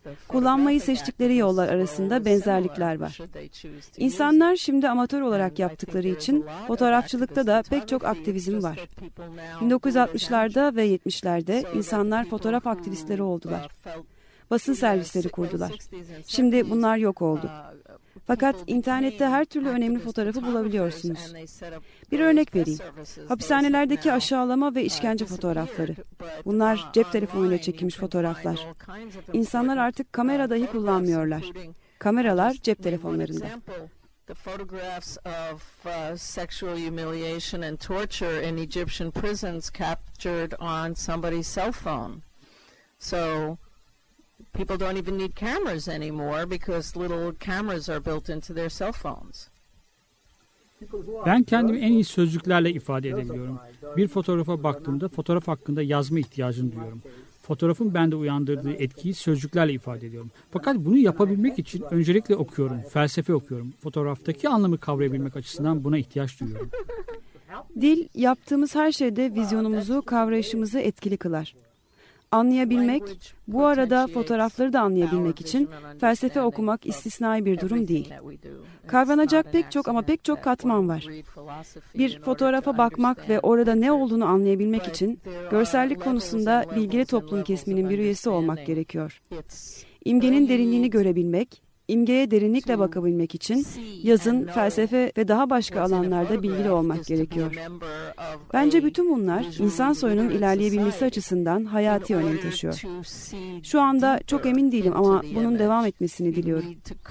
Kullanmayı seçtikleri yollar arasında benzerlikler var. İnsanlar şimdi amatör olarak yaptıkları için fotoğrafçılıkta da pek çok aktivizm var. 1960'larda ve 70'lerde insanlar fotoğraf aktivistleri oldular. Basın servisleri kurdular. Şimdi bunlar yok oldu. Fakat internette her türlü önemli fotoğrafı bulabiliyorsunuz. Bir örnek vereyim. Hapishanelerdeki aşağılama ve işkence fotoğrafları. Bunlar cep telefonuyla çekilmiş fotoğraflar. İnsanlar artık kamera dahi kullanmıyorlar. Kameralar cep telefonlarında. The photographs of sexual humiliation and torture in Egyptian prisons captured on somebody's cell phone. So people don't even need cameras anymore because little cameras are built into their cell phones. Ben kendimi en iyi sözcüklerle ifade edebiliyorum. Bir fotoğrafa baktığımda fotoğraf hakkında yazma ihtiyacını duyuyorum. Fotoğrafın bende uyandırdığı etkiyi sözcüklerle ifade ediyorum. Fakat bunu yapabilmek için öncelikle okuyorum, felsefe okuyorum. Fotoğraftaki anlamı kavrayabilmek açısından buna ihtiyaç duyuyorum. Dil, yaptığımız her şeyde vizyonumuzu, kavrayışımızı etkili kılar. Anlayabilmek, bu arada fotoğrafları da anlayabilmek için felsefe okumak istisnai bir durum değil. Kavranacak pek çok ama pek çok katman var. Bir fotoğrafa bakmak ve orada ne olduğunu anlayabilmek için görsellik konusunda bilgili toplum kesiminin bir üyesi olmak gerekiyor. İmgenin derinliğini görebilmek, İmgeye derinlikle bakabilmek için yazın, felsefe ve daha başka alanlarda bilgili olmak gerekiyor. Bence bütün bunlar insan soyunun ilerleyebilmesi açısından hayati önem taşıyor. Şu anda çok emin değilim ama bunun devam etmesini diliyorum.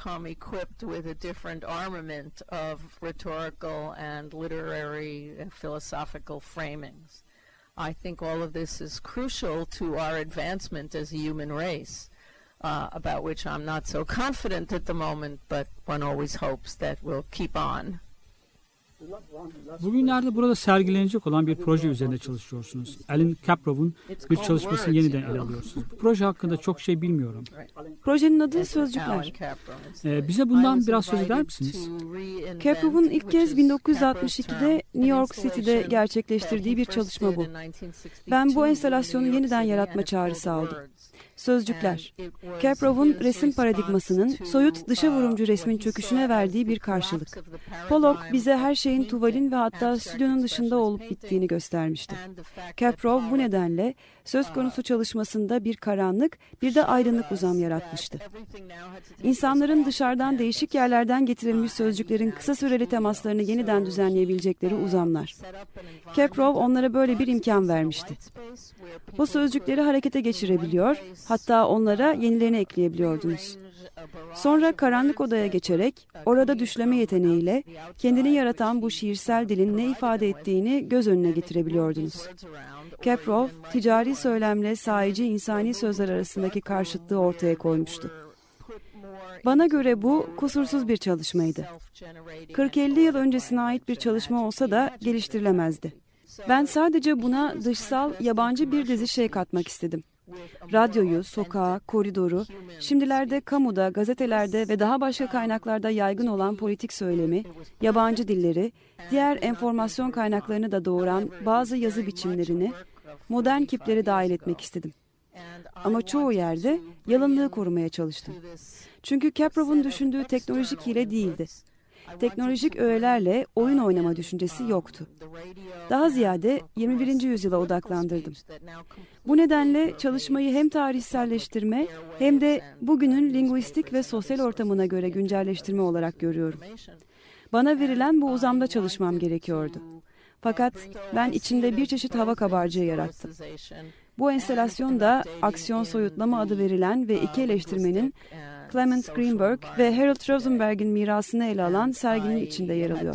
I think all of this is crucial to our advancement as a human race. About which I'm not so confident at the moment, but one always hopes that we'll keep on. Bugünlerde burada sergilenecek olan bir proje üzerinde çalışıyorsunuz. Alan Kaprov'un bir çalışmasını yeniden ele alıyorsunuz. Bu proje hakkında çok şey bilmiyorum. Projenin adı Sözcükler. Bize bundan biraz söz eder misiniz? Kaprov'un ilk kez 1962'de New York City'de gerçekleştirdiği bir çalışma bu. Ben bu enstalasyonu yeniden yaratma çağrısı aldım. Sözcükler, Kaprov'un resim paradigmasının soyut dışa vurumcu resmin çöküşüne verdiği bir karşılık. Pollock bize her şeyin tuvalin ve hatta stüdyonun dışında olup bittiğini göstermişti. Kaprov bu nedenle söz konusu çalışmasında bir karanlık, bir de aydınlık uzam yaratmıştı. İnsanların dışarıdan değişik yerlerden getirilmiş sözcüklerin kısa süreli temaslarını yeniden düzenleyebilecekleri uzamlar. Kaprov onlara böyle bir imkan vermişti. Bu sözcükleri harekete geçirebiliyor, hatta onlara yenilerini ekleyebiliyordunuz. Sonra karanlık odaya geçerek orada düşleme yeteneğiyle kendini yaratan bu şiirsel dilin ne ifade ettiğini göz önüne getirebiliyordunuz. Kaprov, ticari söylemle sahici insani sözler arasındaki karşıtlığı ortaya koymuştu. Bana göre bu kusursuz bir çalışmaydı. 40-50 yıl öncesine ait bir çalışma olsa da geliştirilemezdi. Ben sadece buna dışsal, yabancı bir dizi şey katmak istedim. Radyoyu, sokağı, koridoru, şimdilerde kamuda, gazetelerde ve daha başka kaynaklarda yaygın olan politik söylemi, yabancı dilleri, diğer enformasyon kaynaklarını da doğuran bazı yazı biçimlerini, modern kipleri dahil etmek istedim. Ama çoğu yerde yalınlığı korumaya çalıştım. Çünkü Kaprov'un düşündüğü teknolojik hile değildi. Teknolojik öğelerle oyun oynama düşüncesi yoktu. Daha ziyade 21. yüzyıla odaklandırdım. Bu nedenle çalışmayı hem tarihselleştirme hem de bugünün lingüistik ve sosyal ortamına göre güncelleştirme olarak görüyorum. Bana verilen bu uzamda çalışmam gerekiyordu. Fakat ben içinde bir çeşit hava kabarcığı yarattım. Bu enstalasyon da aksiyon soyutlama adı verilen ve iki eleştirmenin Clement Greenberg ve Harold Rosenberg'in mirasını ele alan serginin içinde yer alıyor.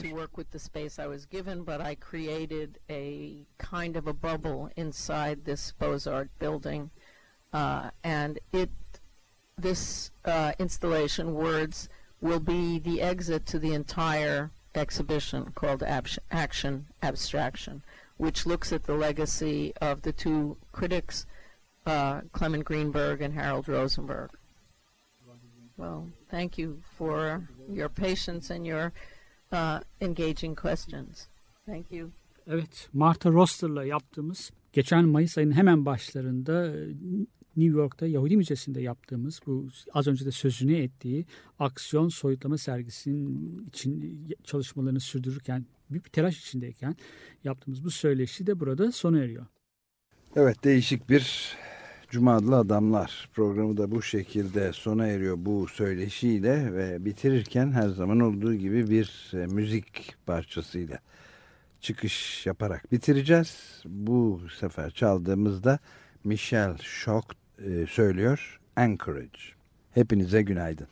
This installation, Words, will be the exit to the entire exhibition called Action Abstraction, which looks at the legacy of the two critics, Clement Greenberg and Harold Rosenberg. Well, thank you for your patience and your engaging questions. Thank you. Evet, Martha Roster'la yaptığımız geçen Mayıs ayının hemen başlarında New York'ta Yahudi Müzesi'nde yaptığımız bu az önce de sözünü ettiği aksiyon soyutlama sergisinin için çalışmalarını sürdürürken büyük bir telaş içindeyken yaptığımız bu söyleşi de burada sona eriyor. Evet, değişik bir Cuma Adlı Adamlar programı da bu şekilde sona eriyor bu söyleşiyle ve bitirirken her zaman olduğu gibi bir müzik parçasıyla çıkış yaparak bitireceğiz. Bu sefer çaldığımızda Michelle Shock söylüyor, Anchorage. Hepinize günaydın.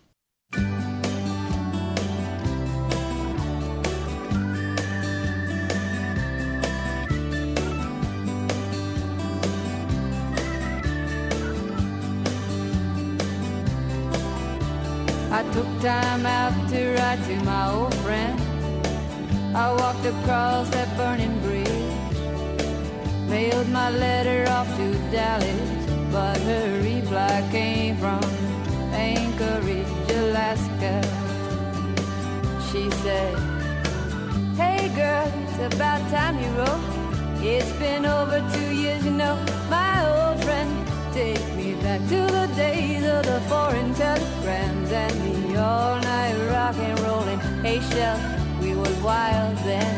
I took time out to write to my old friend. I walked across that burning bridge, mailed my letter off to Dallas, but her reply came from Anchorage, Alaska. She said, "Hey girl, it's about time you wrote. It's been over 2 years, you know, my old friend. Take me back to the days of the foreign telegrams and the all-night rock and rollin'. Hey, Shell, we was wild then.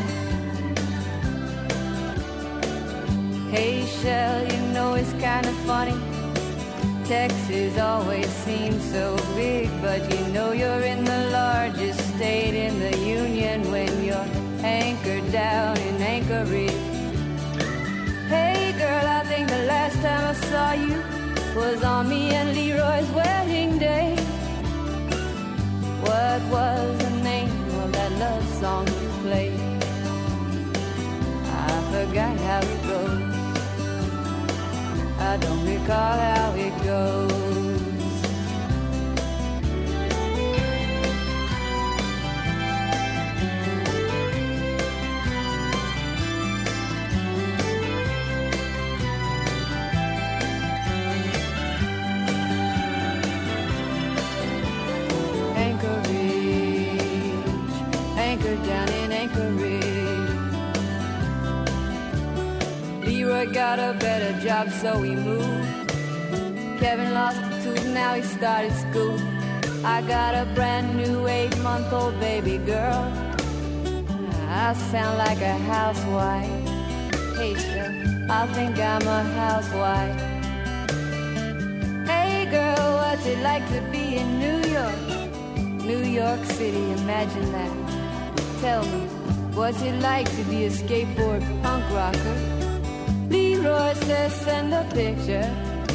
Hey, Shell, you know it's kind of funny. Texas always seems so big, but you know you're in the largest state in the union when you're anchored down in Anchorage. Hey girl, I think the last time I saw you was on me and Leroy's wedding day. What was the name of that love song you played? I forgot how it goes. I don't recall how it goes. Anchored down in Anchorage. Leroy got a better job, so he moved. Kevin lost a tooth, now he started school. I got a brand new 8-month-old baby girl. I sound like a housewife. Hey, sir, I think I'm a housewife. Hey, girl, what's it like to be in New York? New York City, imagine that. Tell me, what's it like to be a skateboard punk rocker? Leroy says send a picture.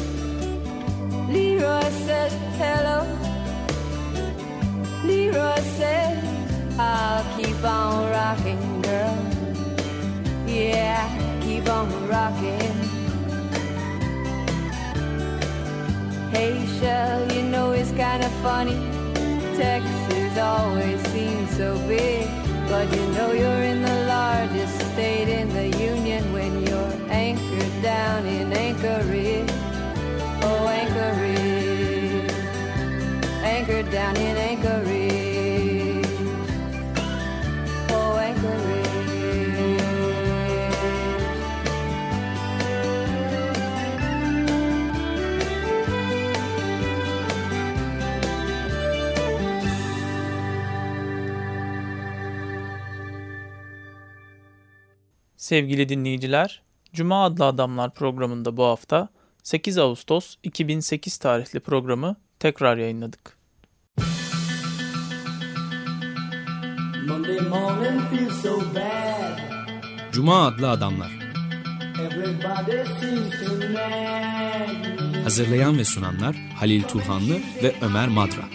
Leroy says hello. Leroy says I'll keep on rocking, girl. Yeah, keep on rocking. Hey, Shell, you know it's kind of funny. Texas always seems so big, but you know you're in the largest state in the union when you're anchored down in Anchorage. Oh, Anchorage. Anchored down in Anchorage. Oh, Anchorage. Sevgili dinleyiciler, Cuma Adlı Adamlar programında bu hafta 8 Ağustos 2008 tarihli programı tekrar yayınladık. Cuma Adlı Adamlar. Hazırlayan ve sunanlar Halil Turhanlı ve Ömer Madra.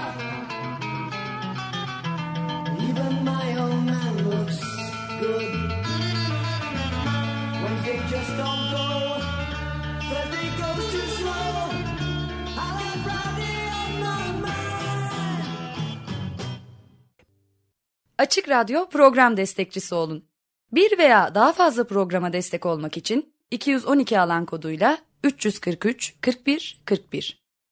Açık Radyo program destekçisi olun. Bir veya daha fazla programa destek olmak için 212 alan koduyla 343 41 41